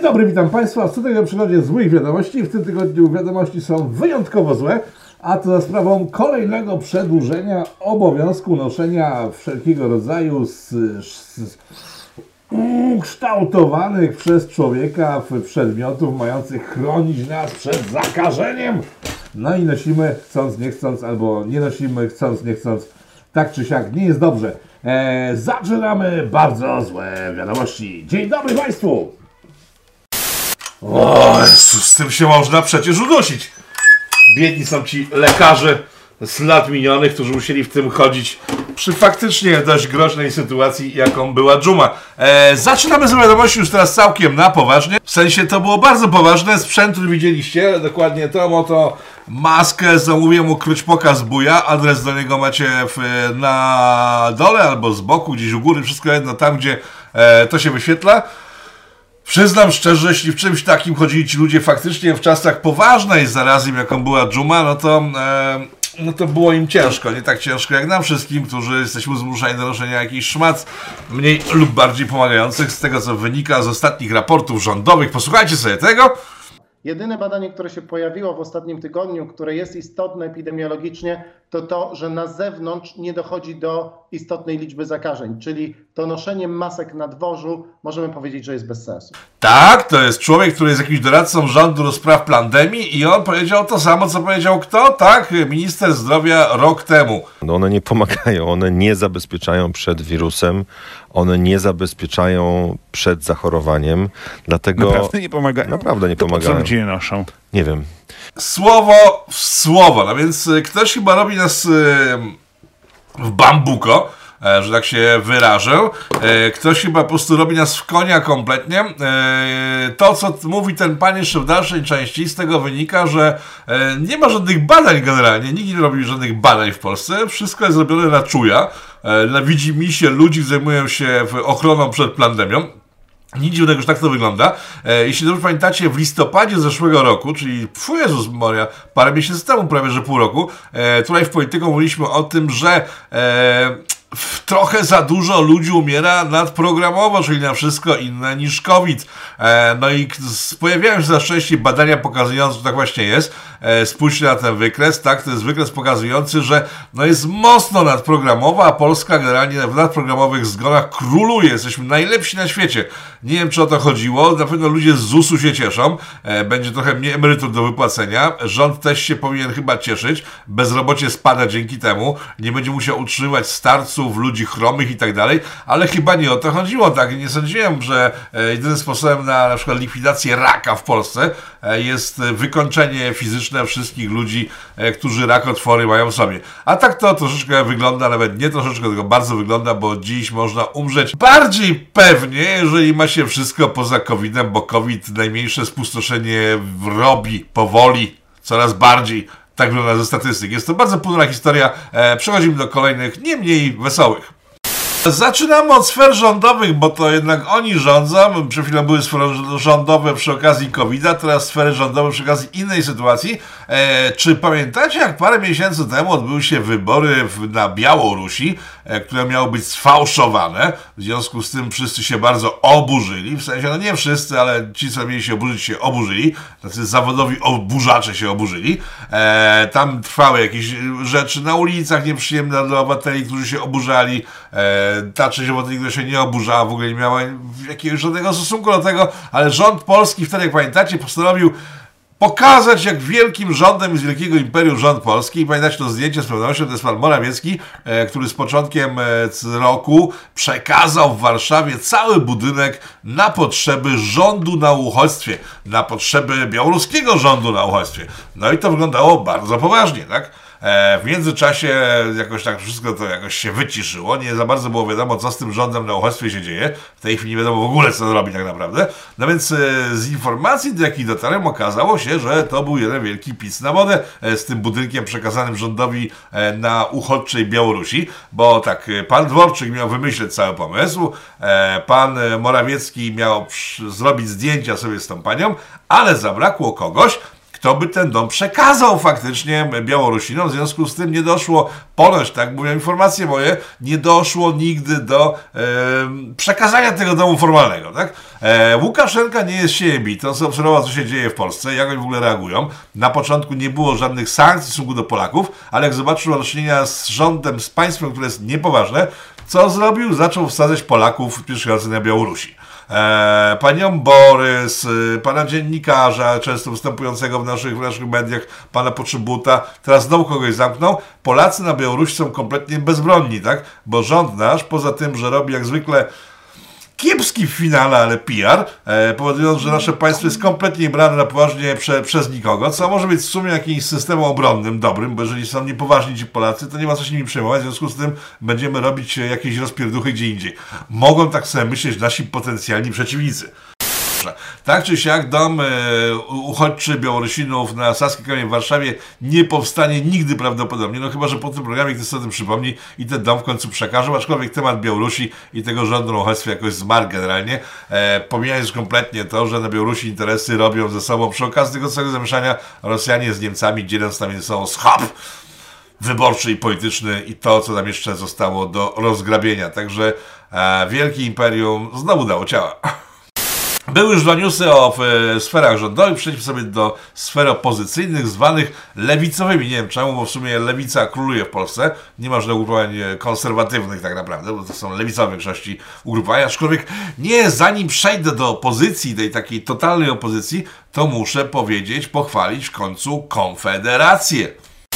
dobry, witam Państwa w cudownym przygodzie złych wiadomości. W tym tygodniu wiadomości są wyjątkowo złe, a to za sprawą kolejnego przedłużenia obowiązku noszenia wszelkiego rodzaju ukształtowanych przez człowieka przedmiotów mających chronić nas przed zakażeniem. No i nosimy chcąc, nie chcąc, albo nie nosimy chcąc, nie chcąc. Tak czy siak, nie jest dobrze. Zaczynamy bardzo złe wiadomości. Dzień dobry Państwu! O Jezu, z tym się można przecież udusić. Biedni są ci lekarze z lat minionych, którzy musieli w tym chodzić przy faktycznie dość groźnej sytuacji, jaką była dżuma. Zaczynamy z wiadomości już teraz całkiem na poważnie. W sensie to było bardzo poważne. Sprzęt, który widzieliście, dokładnie tą oto maskę zamówiłem u Krućpoka z Buja. Adres do niego macie na dole albo z boku, gdzieś u góry, wszystko jedno tam, gdzie to się wyświetla. Przyznam szczerze, jeśli w czymś takim chodzili ci ludzie faktycznie w czasach poważnej zarazy, jaką była dżuma, no to było im ciężko. Nie tak ciężko jak nam wszystkim, którzy jesteśmy zmuszeni do noszenia jakichś szmat mniej lub bardziej pomagających, z tego co wynika z ostatnich raportów rządowych. Posłuchajcie sobie tego. Jedyne badanie, które się pojawiło w ostatnim tygodniu, które jest istotne epidemiologicznie, to to, że na zewnątrz nie dochodzi do istotnej liczby zakażeń, czyli to noszenie masek na dworzu możemy powiedzieć, że jest bez sensu. Tak, to jest człowiek, który jest jakimś doradcą rządu do spraw pandemii i on powiedział to samo, co powiedział kto? Tak, minister zdrowia rok temu. No one nie pomagają, one nie zabezpieczają przed wirusem, one nie zabezpieczają przed zachorowaniem, dlatego... Naprawdę nie pomagają? Naprawdę nie to pomagają. Po co ludzie je noszą? Nie wiem. Słowo w słowo, no więc ktoś chyba robi nas w bambuko, że tak się wyrażę. Ktoś chyba po prostu robi nas w konia kompletnie. To, co mówi ten pan jeszcze w dalszej części, z tego wynika, że nie ma żadnych badań generalnie. Nikt nie robi żadnych badań w Polsce. Wszystko jest robione na czuja. Na widzimisię ludzi zajmują się ochroną przed pandemią. Nic dziwnego, że tak to wygląda. Jeśli dobrze pamiętacie, w listopadzie zeszłego roku, czyli Jezus Maria, parę miesięcy temu, prawie że pół roku, tutaj w Polityką mówiliśmy o tym, że trochę za dużo ludzi umiera nadprogramowo, czyli na wszystko inne niż COVID. No i pojawiają się na szczęście badania pokazujące, że tak właśnie jest. Spójrzcie na ten wykres, tak? To jest wykres pokazujący, że jest mocno nadprogramowa, a Polska generalnie w nadprogramowych zgonach króluje. Jesteśmy najlepsi na świecie. Nie wiem, czy o to chodziło. Na pewno ludzie z ZUS-u się cieszą. Będzie trochę mniej emerytur do wypłacenia. Rząd też się powinien chyba cieszyć. Bezrobocie spada dzięki temu. Nie będzie musiał utrzymywać starców, ludzi chromych i tak dalej, ale chyba nie o to chodziło. Tak, nie sądziłem, że jedynym sposobem na przykład likwidację raka w Polsce jest wykończenie fizyczne wszystkich ludzi, którzy rakotwory mają w sobie. A tak to troszeczkę wygląda, nawet nie troszeczkę, tylko bardzo wygląda, bo dziś można umrzeć bardziej pewnie, jeżeli ma się wszystko poza COVID-em, bo COVID najmniejsze spustoszenie robi powoli, coraz bardziej. Tak wygląda ze statystyk. Jest to bardzo ponura historia. Przechodzimy do kolejnych, nie mniej wesołych. Zaczynamy od sfer rządowych, bo to jednak oni rządzą. Przed chwilą były sfery rządowe przy okazji COVID-a, teraz sfery rządowe przy okazji innej sytuacji. Czy pamiętacie, jak parę miesięcy temu odbyły się wybory na Białorusi, które miały być sfałszowane? W związku z tym wszyscy się bardzo oburzyli. W sensie, no nie wszyscy, ale ci, co mieli się oburzyć, się oburzyli. Tacy zawodowi oburzacze się oburzyli. Tam trwały jakieś rzeczy na ulicach nieprzyjemne dla obywateli, którzy się oburzali. Ta część obywateli, która się nie oburzała, w ogóle nie miała jakiegoś żadnego stosunku do tego, ale rząd polski wtedy, jak pamiętacie, postanowił pokazać, jak wielkim rządem jest wielkiego imperium rząd polski. I pamiętacie to zdjęcie z pewnością, to jest pan Morawiecki, który z początkiem roku przekazał w Warszawie cały budynek na potrzeby rządu na uchodźstwie, na potrzeby białoruskiego rządu na uchodźstwie. No i to wyglądało bardzo poważnie, tak? W międzyczasie jakoś tak wszystko to jakoś się wyciszyło. Nie za bardzo było wiadomo, co z tym rządem na uchodźstwie się dzieje. W tej chwili nie wiadomo w ogóle, co robi tak naprawdę. No więc z informacji, do jakich dotarłem, okazało się, że to był jeden wielki pic na wodę z tym budynkiem przekazanym rządowi na uchodźczej Białorusi. Bo tak, pan Dworczyk miał wymyśleć cały pomysł, pan Morawiecki miał zrobić zdjęcia sobie z tą panią, ale zabrakło kogoś, kto kto by ten dom przekazał faktycznie Białorusinom. W związku z tym nie doszło, ponoć, tak mówią informacje moje, nie doszło nigdy do przekazania tego domu formalnego, tak? Łukaszenka nie jest siebie bity, on sobie obserwował, co się dzieje w Polsce, jak oni w ogóle reagują. Na początku nie było żadnych sankcji w stosunku do Polaków, ale jak zobaczył do czynienia z rządem, z państwem, które jest niepoważne, co zrobił? Zaczął wsadzać Polaków przyjeżdżających na Białorusi. Panią Borys, pana dziennikarza, często występującego w naszych mediach, pana Potrzebuta, teraz znowu kogoś zamknął. Polacy na Białorusi są kompletnie bezbronni, tak? Bo rząd nasz, poza tym, że robi jak zwykle kiepski w finale, ale PR, powodując, że nasze państwo jest kompletnie brane na poważnie przez nikogo, co może być w sumie jakimś systemem obronnym dobrym, bo jeżeli są niepoważni ci Polacy, to nie ma co się nimi przejmować, w związku z tym będziemy robić jakieś rozpierduchy gdzie indziej. Mogą tak sobie myśleć nasi potencjalni przeciwnicy. Tak czy siak dom uchodźczy Białorusinów na Saskiej Kamień w Warszawie nie powstanie nigdy prawdopodobnie, no chyba, że po tym programie ktoś sobie o tym przypomni i ten dom w końcu przekaże, aczkolwiek temat Białorusi i tego rządu na uchodźstwie jakoś zmarł generalnie, pomijając kompletnie to, że na Białorusi interesy robią ze sobą przy okazji tego całego zamieszania Rosjanie z Niemcami, dzieląc tam między sobą schab wyborczy i polityczny i to, co tam jeszcze zostało do rozgrabienia. Także wielkie imperium znowu dało ciała. Były już dwa newsy o sferach rządowych, przejdźmy sobie do sfer opozycyjnych, zwanych lewicowymi. Nie wiem czemu, bo w sumie lewica króluje w Polsce. Nie ma żadnych ugrupowań konserwatywnych tak naprawdę, bo to są lewicowe w większości ugrupowania. Aczkolwiek nie, zanim przejdę do opozycji, tej takiej totalnej opozycji, to muszę powiedzieć, pochwalić w końcu Konfederację.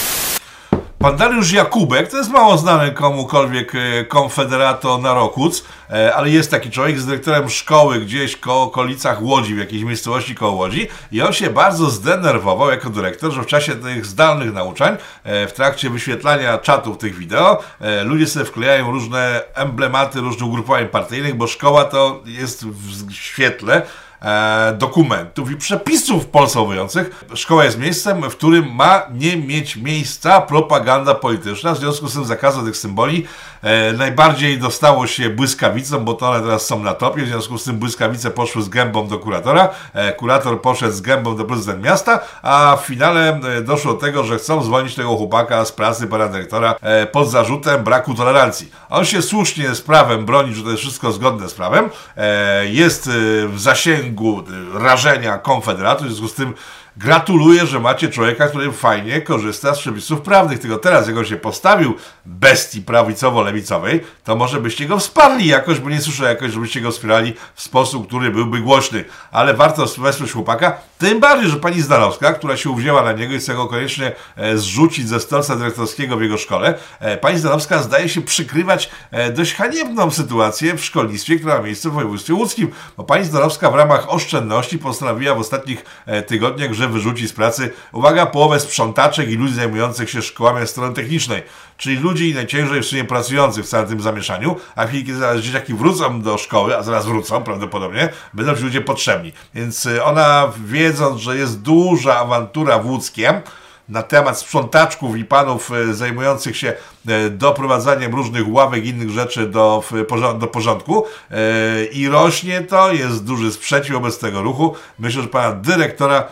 Pan Dariusz Jakubek, to jest mało znany komukolwiek konfederato na Rokuc, ale jest taki człowiek z dyrektorem szkoły gdzieś koło okolicach Łodzi, w jakiejś miejscowości koło Łodzi i on się bardzo zdenerwował jako dyrektor, że w czasie tych zdalnych nauczań, w trakcie wyświetlania czatów tych wideo, ludzie sobie wklejają różne emblematy różnych ugrupowań partyjnych, bo szkoła to jest w świetle dokumentów i przepisów polsowojących. Szkoła jest miejscem, w którym ma nie mieć miejsca propaganda polityczna. W związku z tym zakazu tych symboli najbardziej dostało się błyskawicom, bo to one teraz są na topie. W związku z tym błyskawice poszły z gębą do kuratora, kurator poszedł z gębą do prezydent miasta, a w finale doszło do tego, że chcą zwolnić tego chłopaka z pracy pana dyrektora pod zarzutem braku tolerancji. On się słusznie z prawem broni, że to jest wszystko zgodne z prawem. Jest w zasięgu rażenia konfederatów, w związku z tym gratuluję, że macie człowieka, który fajnie korzysta z przepisów prawnych. Tylko teraz, jak on się postawił bestii prawicowo-lewicowej, to może byście go wsparli jakoś, bo nie słyszę jakoś, żebyście go wspierali w sposób, który byłby głośny. Ale warto wesprzeć chłopaka, tym bardziej, że pani Zdanowska, która się uwzięła na niego i chce go koniecznie zrzucić ze stolca dyrektorskiego w jego szkole, pani Zdanowska zdaje się przykrywać dość haniebną sytuację w szkolnictwie, która ma miejsce w województwie łódzkim. Bo pani Zdanowska w ramach oszczędności postanowiła w ostatnich tygodniach, że wyrzuci z pracy, uwaga, połowę sprzątaczek i ludzi zajmujących się szkołami od strony technicznej, czyli ludzi najciężej w sumie pracujących w całym tym zamieszaniu, a w chwili, kiedy zaraz dzieciaki wrócą do szkoły, a zaraz wrócą prawdopodobnie, będą ci ludzie potrzebni. Więc ona, wiedząc, że jest duża awantura w Łódzkiem na temat sprzątaczków i panów zajmujących się doprowadzaniem różnych ławek i innych rzeczy do porządku i rośnie to, jest duży sprzeciw wobec tego ruchu. Myślę, że pana dyrektora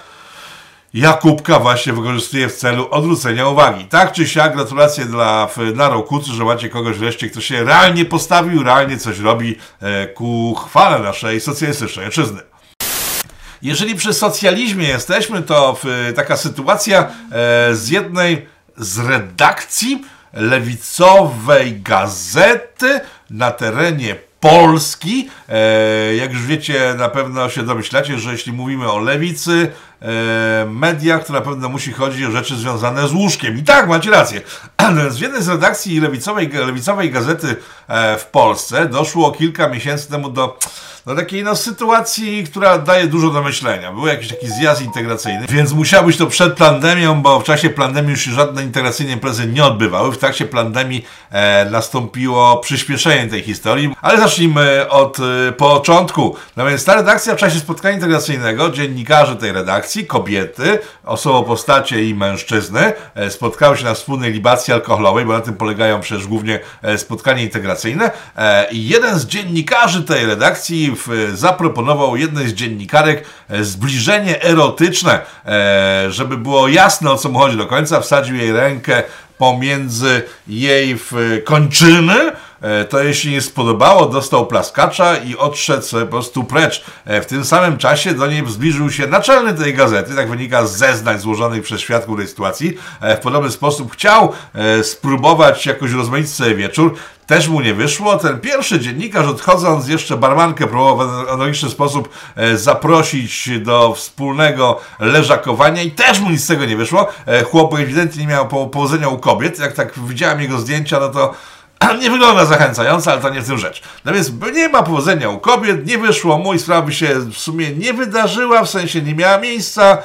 Jakubka właśnie wykorzystuje w celu odwrócenia uwagi. Tak czy siak, gratulacje dla Rokucu, że macie kogoś wreszcie, kto się realnie postawił, realnie coś robi ku chwale naszej socjalistycznej ojczyzny. Jeżeli przy socjalizmie jesteśmy, to taka sytuacja z jednej z redakcji lewicowej gazety na terenie Polski. Jak już wiecie, na pewno się domyślacie, że jeśli mówimy o lewicy, mediach, to na pewno musi chodzić o rzeczy związane z łóżkiem. I tak, macie rację. Z jednej z redakcji lewicowej gazety w Polsce doszło kilka miesięcy temu do takiej sytuacji, która daje dużo do myślenia. Był jakiś taki zjazd integracyjny, więc musiało być to przed pandemią, bo w czasie pandemii już się żadne integracyjne imprezy nie odbywały. W trakcie pandemii nastąpiło przyspieszenie tej historii, ale zacznijmy od początku. No więc ta redakcja w czasie spotkania integracyjnego, dziennikarze tej redakcji, kobiety, osobopostacie i mężczyzny spotkały się na wspólnej libacji alkoholowej, bo na tym polegają przecież głównie spotkania integracyjne. komunikacyjne i jeden z dziennikarzy tej redakcji zaproponował jednej z dziennikarek zbliżenie erotyczne, żeby było jasne, o co mu chodzi do końca. Wsadził jej rękę pomiędzy jej kończyny. To jej się nie spodobało, dostał plaskacza i odszedł sobie po prostu precz. W tym samym czasie do niej zbliżył się naczelny tej gazety, tak wynika z zeznań złożonych przez świadków tej sytuacji. W podobny sposób chciał spróbować jakoś rozmaicić sobie wieczór. Też mu nie wyszło. Ten pierwszy dziennikarz, odchodząc, jeszcze barmankę próbował w analogiczny sposób zaprosić do wspólnego leżakowania i też mu nic z tego nie wyszło. Chłop ewidentnie nie miał powodzenia u kobiet. Jak tak widziałem jego zdjęcia, no to nie wygląda zachęcająco, ale to nie w tym rzecz. No więc nie ma powodzenia u kobiet, nie wyszło mu i sprawa by się w sumie nie wydarzyła, w sensie nie miała miejsca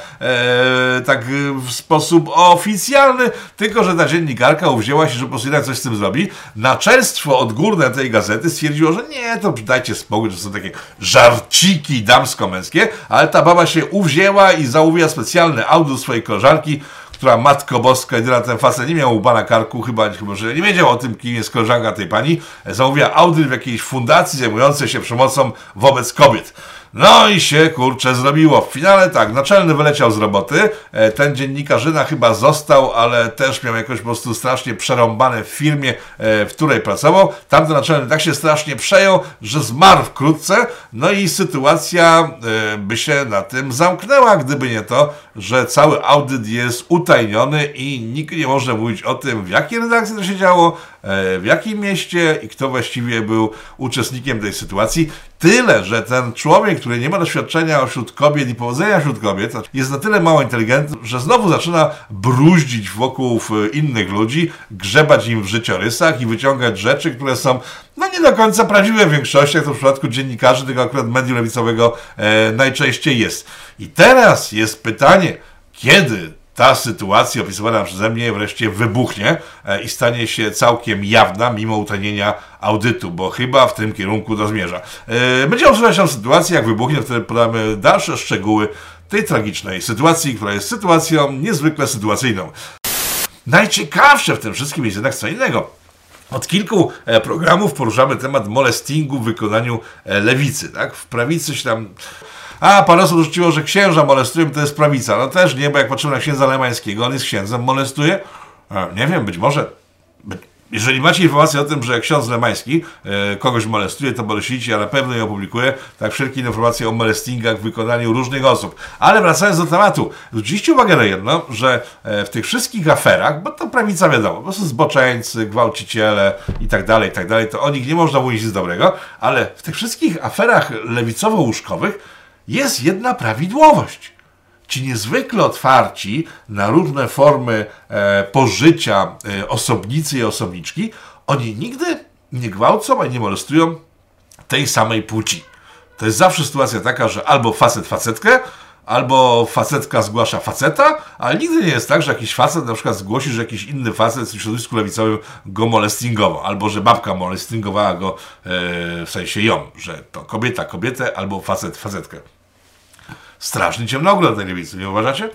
tak w sposób oficjalny, tylko że ta dziennikarka uwzięła się, że po prostu jednak coś z tym zrobi. Naczelstwo odgórne tej gazety stwierdziło, że nie, to dajcie spokój, że są takie żarciki damsko-męskie, ale ta baba się uwzięła i zamówiła specjalny audio swojej koleżanki, która, Matko Boska, jedyna ten facet nie miał łba na karku, chyba że nie wiedział o tym, kim jest koleżanka tej pani, zamówiła audyt w jakiejś fundacji zajmującej się przemocą wobec kobiet. No i się, kurczę, zrobiło. W finale tak, naczelny wyleciał z roboty, ten dziennikarzyna chyba został, ale też miał jakoś po prostu strasznie przerąbane w firmie, w której pracował. Tamten naczelny tak się strasznie przejął, że zmarł wkrótce, no i sytuacja by się na tym zamknęła, gdyby nie to, że cały audyt jest utajniony i nikt nie może mówić o tym, w jakiej redakcji to się działo, w jakim mieście i kto właściwie był uczestnikiem tej sytuacji. Tyle, że ten człowiek, który nie ma doświadczenia wśród kobiet i powodzenia wśród kobiet, jest na tyle mało inteligentny, że znowu zaczyna bruździć wokół innych ludzi, grzebać im w życiorysach i wyciągać rzeczy, które są nie do końca prawdziwe w większości, jak to w przypadku dziennikarzy, tego akurat medium lewicowego najczęściej jest. I teraz jest pytanie, kiedy ta sytuacja opisywana przeze mnie wreszcie wybuchnie i stanie się całkiem jawna, mimo utajnienia audytu, bo chyba w tym kierunku to zmierza. Będziemy obserwować tę sytuację, jak wybuchnie, wtedy podamy dalsze szczegóły tej tragicznej sytuacji, która jest sytuacją niezwykle sytuacyjną. Najciekawsze w tym wszystkim jest jednak co innego. Od kilku programów poruszamy temat molestingu w wykonaniu lewicy. Tak? W prawicy się tam... parę osób rzuciło, że księża molestują, to jest prawica. No też nie, bo jak patrzymy na księdza Lemańskiego, on jest księdzem, molestuje? Nie wiem, być może. Jeżeli macie informację o tym, że ksiądz Lemański kogoś molestuje, to molestujcie, ja na pewno je opublikuję, tak wszelkie informacje o molestingach w wykonaniu różnych osób. Ale wracając do tematu, zwróćcie uwagę na jedno, że w tych wszystkich aferach, bo to prawica wiadomo, po prostu zboczeńcy, gwałciciele i tak dalej, to o nich nie można mówić nic dobrego, ale w tych wszystkich aferach lewicowo-łóżkowych jest jedna prawidłowość. Ci niezwykle otwarci na różne formy pożycia osobnicy i osobniczki, oni nigdy nie gwałcą ani nie molestują tej samej płci. To jest zawsze sytuacja taka, że albo facet facetkę, albo facetka zgłasza faceta, ale nigdy nie jest tak, że jakiś facet na przykład zgłosi, że jakiś inny facet w środowisku lewicowym go molestingował, albo że babka molestingowała go, w sensie ją, że to kobieta kobietę, albo facet facetkę. Straszny ciemnogląd na lewicy, nie uważacie?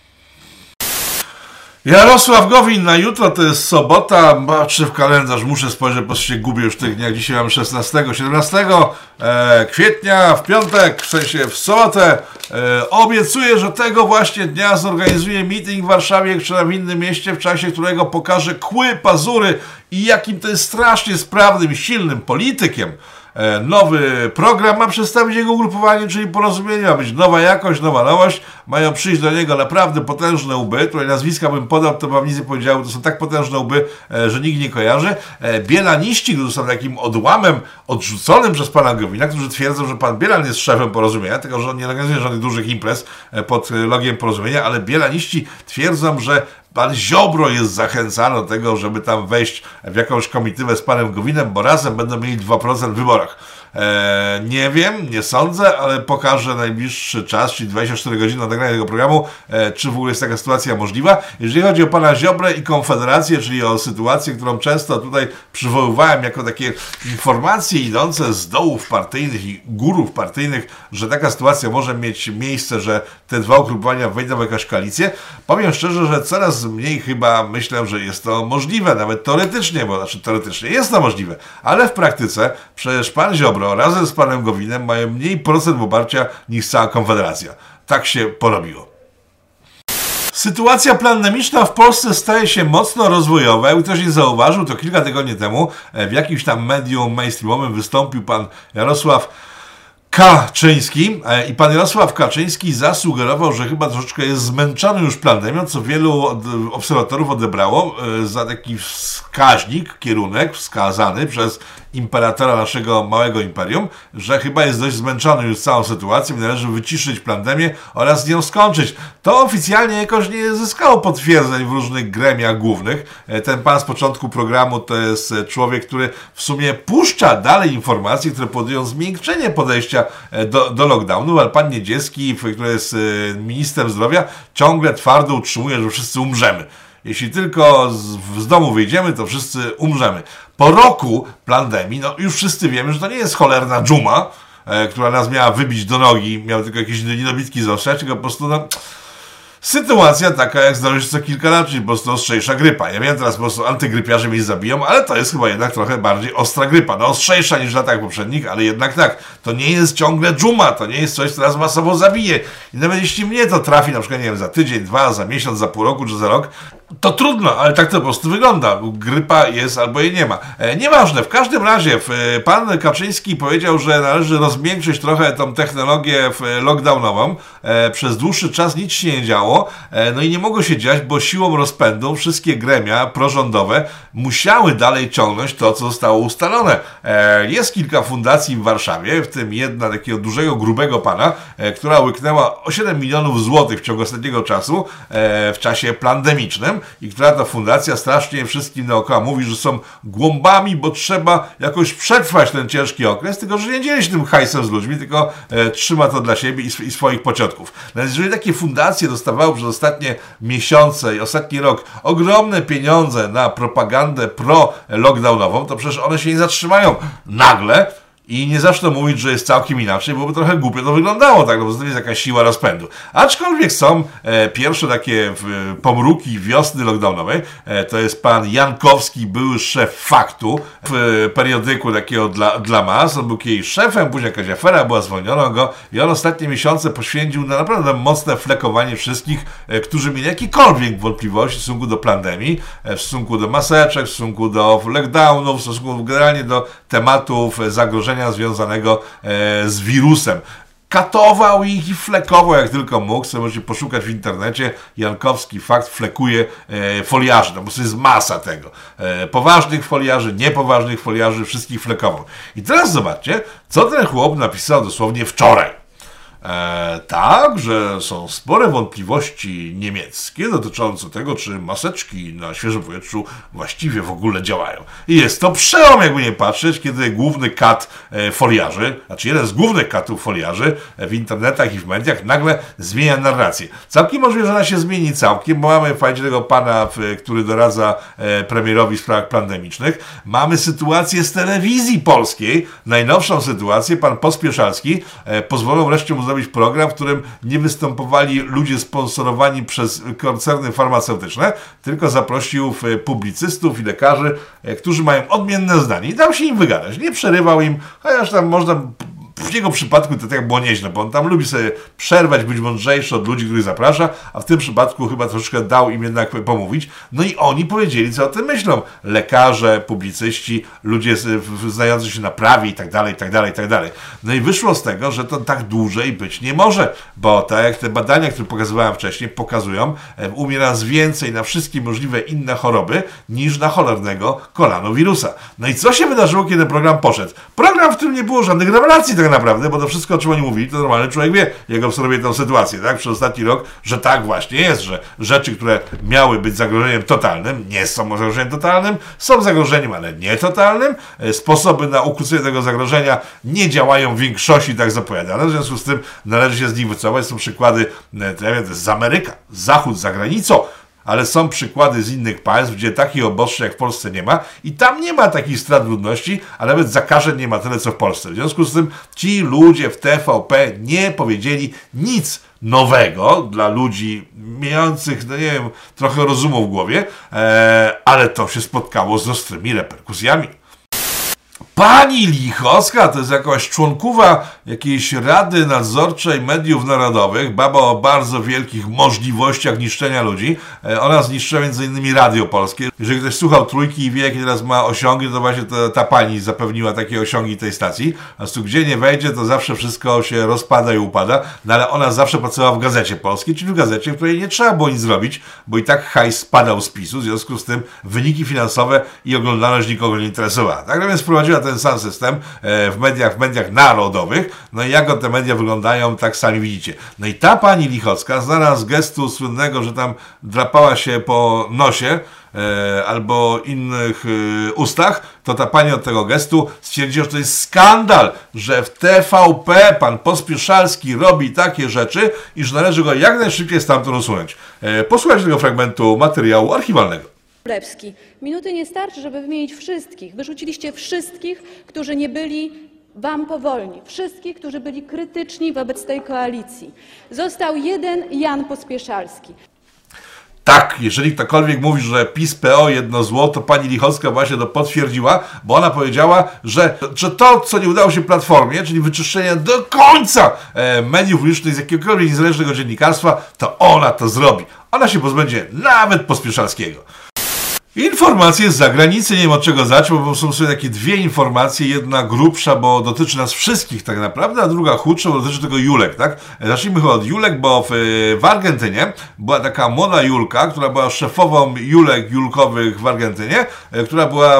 Jarosław Gowin na jutro, to jest sobota, patrzę w kalendarz, muszę spojrzeć, bo się gubię już w tych dniach, dzisiaj mam 16, 17 kwietnia, w piątek, w sensie w sobotę, obiecuję, że tego właśnie dnia zorganizuje meeting w Warszawie, czy w innym mieście, w czasie którego pokażę kły, pazury i jakim to jest strasznie sprawnym, silnym politykiem. Nowy program ma przedstawić jego ugrupowanie, czyli Porozumienie, ma być nowa jakość, nowa nowość, mają przyjść do niego naprawdę potężne łby, które nazwiska bym podał, to wam nic nie powiedział, to są tak potężne łby, że nikt nie kojarzy. Bielaniści, którzy są takim odłamem odrzuconym przez pana Gowina, którzy twierdzą, że pan Bielan jest szefem Porozumienia, tylko że on nie organizuje żadnych dużych imprez pod logiem Porozumienia, ale bielaniści twierdzą, że pan Ziobro jest zachęcany do tego, żeby tam wejść w jakąś komitywę z panem Gowinem, bo razem będą mieli 2% w wyborach. Nie wiem, nie sądzę, ale pokażę najbliższy czas, czyli 24 godziny od nagrania tego programu, czy w ogóle jest taka sytuacja możliwa. Jeżeli chodzi o pana Ziobrę i Konfederację, czyli o sytuację, którą często tutaj przywoływałem jako takie informacje idące z dołów partyjnych i górów partyjnych, że taka sytuacja może mieć miejsce, że te dwa ugrupowania wejdą w jakąś koalicję, powiem szczerze, że coraz mniej chyba myślę, że jest to możliwe, nawet teoretycznie, bo znaczy teoretycznie jest to możliwe, ale w praktyce przecież pan Ziobro razem z panem Gowinem mają mniej procent poparcia niż cała Konfederacja. Tak się porobiło. Sytuacja pandemiczna w Polsce staje się mocno rozwojowa. Jakby ktoś nie zauważył, to kilka tygodni temu w jakimś tam medium mainstreamowym wystąpił pan Jarosław Kaczyński i pan Jarosław Kaczyński zasugerował, że chyba troszeczkę jest zmęczony już pandemią, co wielu obserwatorów odebrało za taki wskaźnik, kierunek wskazany przez imperatora naszego małego imperium, że chyba jest dość zmęczony już całą sytuacją i należy wyciszyć pandemię oraz z nią skończyć. To oficjalnie jakoś nie zyskało potwierdzeń w różnych gremiach głównych. Ten pan z początku programu to jest człowiek, który w sumie puszcza dalej informacje, które powodują zmiękczenie podejścia do lockdownu, ale pan Niedzielski, który jest ministrem zdrowia, ciągle twardo utrzymuje, że wszyscy umrzemy. Jeśli tylko z domu wyjdziemy, to wszyscy umrzemy. Po roku pandemii, no już wszyscy wiemy, że to nie jest cholerna dżuma, która nas miała wybić do nogi, miała tylko jakieś niedobitki zaostrzać, tylko po prostu sytuacja taka, jak zdarzy się co kilka lat, czyli po prostu ostrzejsza grypa. Ja wiem, teraz po prostu antygrypiarze mnie zabiją, ale to jest chyba jednak trochę bardziej ostra grypa. No ostrzejsza niż w latach poprzednich, ale jednak tak. To nie jest ciągle dżuma, to nie jest coś, co nas masowo zabije. I nawet jeśli mnie to trafi, na przykład, nie wiem, za tydzień, dwa, za miesiąc, za pół roku, czy za rok, to trudno, ale tak to po prostu wygląda. Grypa jest albo jej nie ma. Nieważne, w każdym razie pan Kaczyński powiedział, że należy rozmiękczyć trochę tą technologię lockdownową. Przez dłuższy czas nic się nie działo, no i nie mogło się dziać, bo siłą rozpędu wszystkie gremia prorządowe musiały dalej ciągnąć to, co zostało ustalone. Jest kilka fundacji w Warszawie, w tym jedna takiego dużego, grubego pana, która łyknęła o 7 milionów złotych w ciągu ostatniego czasu, w czasie pandemicznym, i która ta fundacja strasznie wszystkim dookoła mówi, że są głąbami, bo trzeba jakoś przetrwać ten ciężki okres, tylko że nie dzieli się tym hajsem z ludźmi, tylko trzyma to dla siebie i swoich pociotków. No więc jeżeli takie fundacje dostawały przez ostatnie miesiące i ostatni rok ogromne pieniądze na propagandę pro-lockdownową, to przecież one się nie zatrzymają nagle i nie zaczną mówić, że jest całkiem inaczej, bo by trochę głupio to wyglądało, tak, no bo to jest jakaś siła rozpędu. Aczkolwiek są pierwsze takie pomruki wiosny lockdownowej. To jest pan Jankowski, były szef Faktu w periodyku takiego dla mas. On był kiedyś szefem, później jakaś afera była, zwolniono go i on ostatnie miesiące poświęcił na naprawdę mocne flekowanie wszystkich, którzy mieli jakiekolwiek wątpliwości w stosunku do pandemii, w stosunku do maseczek, w stosunku do lockdownów, w stosunku generalnie do tematów zagrożenia związanego z wirusem. Katował ich i flekował jak tylko mógł. Sobie możecie poszukać w internecie. Jankowski Fakt flekuje foliarzy. No bo to jest masa tego. Poważnych foliarzy, niepoważnych foliarzy, wszystkich flekował. I teraz zobaczcie, co ten chłop napisał dosłownie wczoraj. Tak, że są spore wątpliwości niemieckie dotyczące tego, czy maseczki na świeżym powietrzu właściwie w ogóle działają. I jest to przełom, jakby nie patrzeć, kiedy główny kat foliarzy, znaczy jeden z głównych katów foliarzy w internetach i w mediach nagle zmienia narrację. Całkiem możliwe, że ona się zmieni całkiem, bo mamy fajnego pana, który doradza premierowi w sprawach pandemicznych. Mamy sytuację z telewizji polskiej, najnowszą sytuację. Pan Pospieszalski pozwolą wreszcie mu zrobić program, w którym nie występowali ludzie sponsorowani przez koncerny farmaceutyczne, tylko zaprosił publicystów i lekarzy, którzy mają odmienne zdanie i dał się im wygadać. Nie przerywał im, chociaż tam można... W jego przypadku to tak było nieźle, bo on tam lubi sobie przerwać, być mądrzejszy od ludzi, których zaprasza, a w tym przypadku chyba troszeczkę dał im jednak pomówić. No i oni powiedzieli, co o tym myślą. Lekarze, publicyści, ludzie znający się na prawie i tak dalej, i tak dalej, i tak dalej. No i wyszło z tego, że to tak dłużej być nie może, bo tak jak te badania, które pokazywałem wcześniej, pokazują, umiera więcej na wszystkie możliwe inne choroby niż na cholernego koronawirusa. No i co się wydarzyło, kiedy program poszedł? Program, w którym nie było żadnych rewelacji tak naprawdę, bo to wszystko, o czym oni mówili, to normalny człowiek wie, jak obserwuje tę sytuację, tak, przez ostatni rok, że tak właśnie jest, że rzeczy, które miały być zagrożeniem totalnym, nie są zagrożeniem totalnym, są zagrożeniem, ale nie totalnym. Sposoby na ukrócenie tego zagrożenia nie działają w większości tak zapowiadane, w związku z tym należy się z nich wycofać. Są przykłady, to jest z Ameryka, Zachód za granicą, ale są przykłady z innych państw, gdzie takich obostrzeń jak w Polsce nie ma i tam nie ma takich strat ludności, a nawet zakażeń nie ma tyle, co w Polsce. W związku z tym ci ludzie w TVP nie powiedzieli nic nowego dla ludzi mających, no nie wiem, trochę rozumu w głowie, ale to się spotkało z ostrymi reperkusjami. Pani Lichocka to jest jakaś członkowa jakiejś Rady Nadzorczej Mediów Narodowych, baba o bardzo wielkich możliwościach niszczenia ludzi. Ona zniszczyła m.in. Radio Polskie. Jeżeli ktoś słuchał Trójki i wie, jakie teraz ma osiągi, to właśnie ta pani zapewniła takie osiągi tej stacji. Po prostu gdzie nie wejdzie, to zawsze wszystko się rozpada i upada, no ale ona zawsze pracowała w Gazecie Polskiej, czyli w gazecie, w której nie trzeba było nic zrobić, bo i tak hajs spadał z PiS-u, w związku z tym wyniki finansowe i oglądalność nikogo nie interesowała. Tak więc wprowadziła ten sam system w mediach narodowych. No i jak te media wyglądają, tak sami widzicie. No i ta pani Lichocka, znana z gestu słynnego, że tam drapała się po nosie albo innych ustach, to ta pani od tego gestu stwierdziła, że to jest skandal, że w TVP pan Pospieszalski robi takie rzeczy i że należy go jak najszybciej stamtąd usunąć. Posłuchajcie tego fragmentu materiału archiwalnego. Królewski. Minuty nie starczy, żeby wymienić wszystkich. Wyrzuciliście wszystkich, którzy nie byli wam powolni. Wszystkich, którzy byli krytyczni wobec tej koalicji. Został jeden Jan Pospieszalski. Tak, jeżeli ktokolwiek mówi, że PiS-PO jedno zło, to pani Lichocka właśnie to potwierdziła, bo ona powiedziała, że to, co nie udało się Platformie, czyli wyczyszczenie do końca mediów publicznych z jakiegokolwiek niezależnego dziennikarstwa, to ona to zrobi. Ona się pozbędzie nawet Pospieszalskiego. Informacje z zagranicy, nie wiem od czego zacząć, bo są sobie takie dwie informacje, jedna grubsza, bo dotyczy nas wszystkich tak naprawdę, a druga chudsza, bo dotyczy tego Julek, tak? Zacznijmy chyba od Julek, bo w Argentynie była taka młoda Julka, która była szefową Julkowych w Argentynie, która była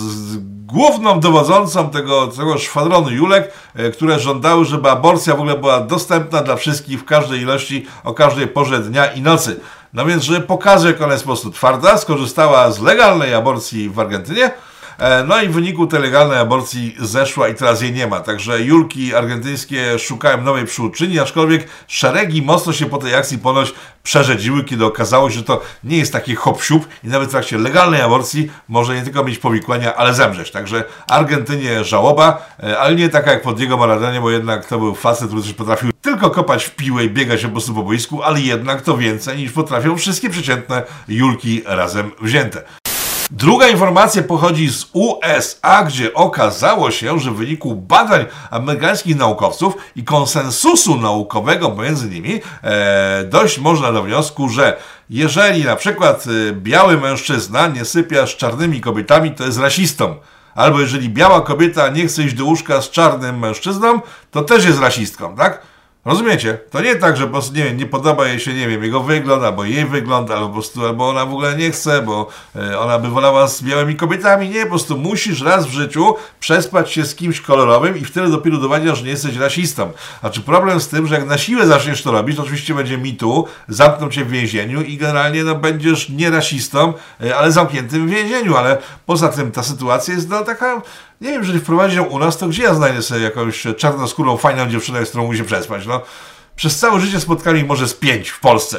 główną dowodzącą tego szwadronu Julek, które żądały, żeby aborcja w ogóle była dostępna dla wszystkich w każdej ilości, o każdej porze dnia i nocy. No więc, żeby pokazać, jak ona jest po prostu twarda, skorzystała z legalnej aborcji w Argentynie, no i w wyniku tej legalnej aborcji zeszła i teraz jej nie ma. Także Julki argentyńskie szukają nowej przywódczyni, aczkolwiek szeregi mocno się po tej akcji ponoć przerzedziły, kiedy okazało się, że to nie jest taki hop-siup i nawet w trakcie legalnej aborcji może nie tylko mieć powikłania, ale zemrzeć. Także Argentynie żałoba, ale nie taka jak pod Diego Maradonie, bo jednak to był facet, który też potrafił tylko kopać w piłę i biegać po prostu po boisku, ale jednak to więcej niż potrafią wszystkie przeciętne Julki razem wzięte. Druga informacja pochodzi z USA, gdzie okazało się, że w wyniku badań amerykańskich naukowców i konsensusu naukowego pomiędzy nimi dojść można do wniosku, że jeżeli na przykład biały mężczyzna nie sypia z czarnymi kobietami, to jest rasistą. Albo jeżeli biała kobieta nie chce iść do łóżka z czarnym mężczyzną, to też jest rasistką, tak? Rozumiecie? To nie tak, że po prostu nie podoba jej się, nie wiem, jego wygląd, albo jej wygląd, albo po prostu, albo ona w ogóle nie chce, bo ona by wolała z białymi kobietami. Nie, po prostu musisz raz w życiu przespać się z kimś kolorowym i wtedy dopiero udowadniasz, że nie jesteś rasistą. Znaczy problem z tym, że jak na siłę zaczniesz to robić, to oczywiście będzie mitu, zamkną cię w więzieniu i generalnie będziesz nie rasistą, ale zamkniętym w więzieniu, ale poza tym ta sytuacja jest taka... Nie wiem, jeżeli wprowadzić ją u nas, to gdzie ja znajdę sobie jakąś czarnoskórą, fajną dziewczynę, z którą musi przespać? No, przez całe życie spotkałem ich może z 5 w Polsce.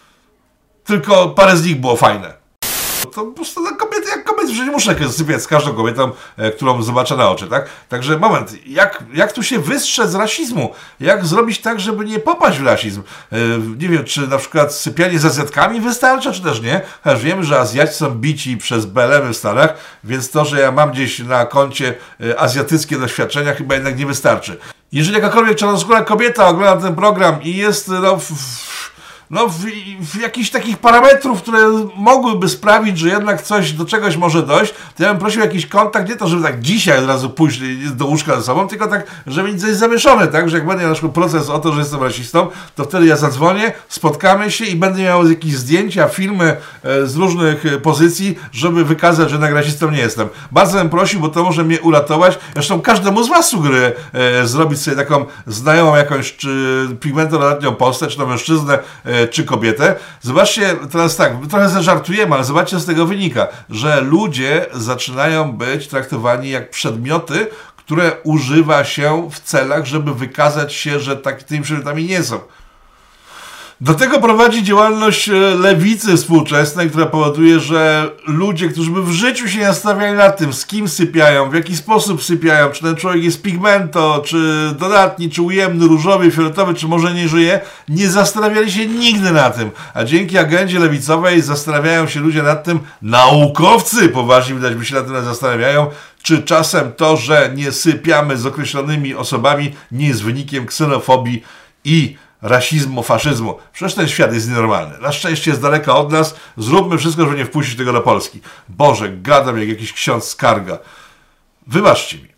Tylko parę z nich było fajne. To po prostu kobiety jak kobiety, że nie muszę sypiać z każdą kobietą, którą zobaczę na oczy, tak? Także moment, jak tu się wystrzec z rasizmu? Jak zrobić tak, żeby nie popaść w rasizm? Nie wiem, czy na przykład sypianie z Azjatkami wystarcza, czy też nie? Chociaż wiemy, że Azjaci są bici przez BLM w Stanach, więc to, że ja mam gdzieś na koncie azjatyckie doświadczenia, chyba jednak nie wystarczy. Jeżeli jakakolwiek czarnoskóra kobieta ogląda ten program i jest no, w jakichś takich parametrów, które mogłyby sprawić, że jednak do czegoś może dojść, to ja bym prosił jakiś kontakt, nie to, żeby tak dzisiaj od razu pójść do łóżka ze sobą, tylko tak, żeby mieć coś zamieszane, tak, że jak będzie na przykład proces o to, że jestem rasistą, to wtedy ja zadzwonię, spotkamy się i będę miał jakieś zdjęcia, filmy z różnych pozycji, żeby wykazać, że jednak rasistą nie jestem. Bardzo bym prosił, bo to może mnie uratować. Zresztą każdemu z was sugeruję zrobić sobie taką znajomą jakąś, czy pigmentoletnią postać, czy to mężczyznę, czy kobietę. Zobaczcie, teraz tak, trochę zażartujemy, ale zobaczcie, co z tego wynika, że ludzie zaczynają być traktowani jak przedmioty, które używa się w celach, żeby wykazać się, że tymi przedmiotami nie są. Do tego prowadzi działalność lewicy współczesnej, która powoduje, że ludzie, którzy by w życiu się nie zastanawiali nad tym, z kim sypiają, w jaki sposób sypiają, czy ten człowiek jest pigmento, czy dodatni, czy ujemny, różowy, fioletowy, czy może nie żyje, nie zastanawiali się nigdy na tym. A dzięki agendzie lewicowej zastanawiają się ludzie nad tym, naukowcy poważnie widać by się nad tym zastanawiają, czy czasem to, że nie sypiamy z określonymi osobami, nie jest wynikiem ksenofobii i rasizmu, faszyzmu. Przecież ten świat jest nienormalny. Na szczęście jest daleka od nas. Zróbmy wszystko, żeby nie wpuścić tego do Polski. Boże, gadam jak jakiś ksiądz skarga. Wybaczcie mi.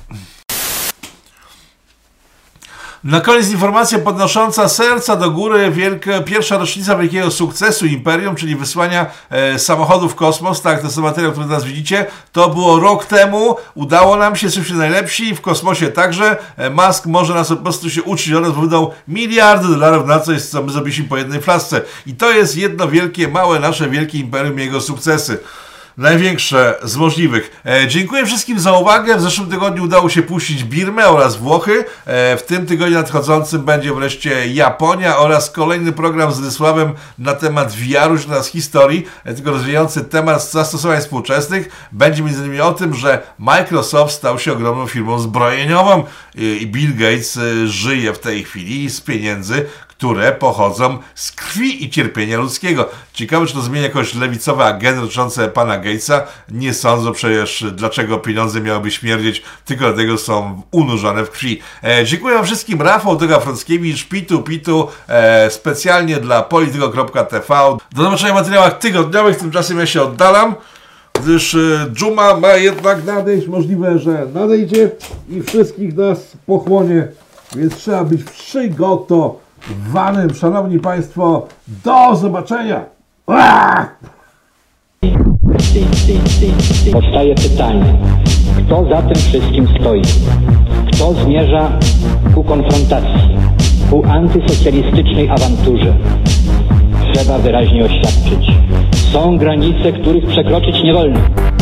Na koniec informacja podnosząca serca do góry. Pierwsza rocznica wielkiego sukcesu Imperium, czyli wysłania samochodów w kosmos. Tak, to jest materiał, który teraz widzicie. To było rok temu. Udało nam się, jesteśmy najlepsi. W kosmosie także. Musk może nas po prostu się uczyć od nas, bo wydał miliardy dolarów na coś, co my zrobiliśmy po jednej flaszce. I to jest jedno wielkie, małe nasze wielkie Imperium i jego sukcesy. Największe z możliwych. Dziękuję wszystkim za uwagę. W zeszłym tygodniu udało się puścić Birmę oraz Włochy. W tym tygodniu nadchodzącym będzie wreszcie Japonia oraz kolejny program z Rysławem na temat VR-u, czy nas historii, tylko rozwijający temat zastosowań współczesnych. Będzie m.in. o tym, że Microsoft stał się ogromną firmą zbrojeniową i Bill Gates żyje w tej chwili z pieniędzy, które pochodzą z krwi i cierpienia ludzkiego. Ciekawe, czy to zmieni jakoś lewicowe agendy dotyczące pana Gatesa. Nie sądzę przecież, dlaczego pieniądze miałyby śmierdzieć, tylko dlatego są unurzone w krwi. Dziękuję wam wszystkim. Rafał Tyga-Frąckiewicz, Pitu, specjalnie dla polityko.tv. Do zobaczenia w materiałach tygodniowych. Tymczasem ja się oddalam, gdyż dżuma ma jednak nadejść. Możliwe, że nadejdzie i wszystkich nas pochłonie, więc trzeba być przygotowanym. Szanowni Państwo, do zobaczenia! Powstaje pytanie, kto za tym wszystkim stoi? Kto zmierza ku konfrontacji, ku antysocjalistycznej awanturze? Trzeba wyraźnie oświadczyć. Są granice, których przekroczyć nie wolno.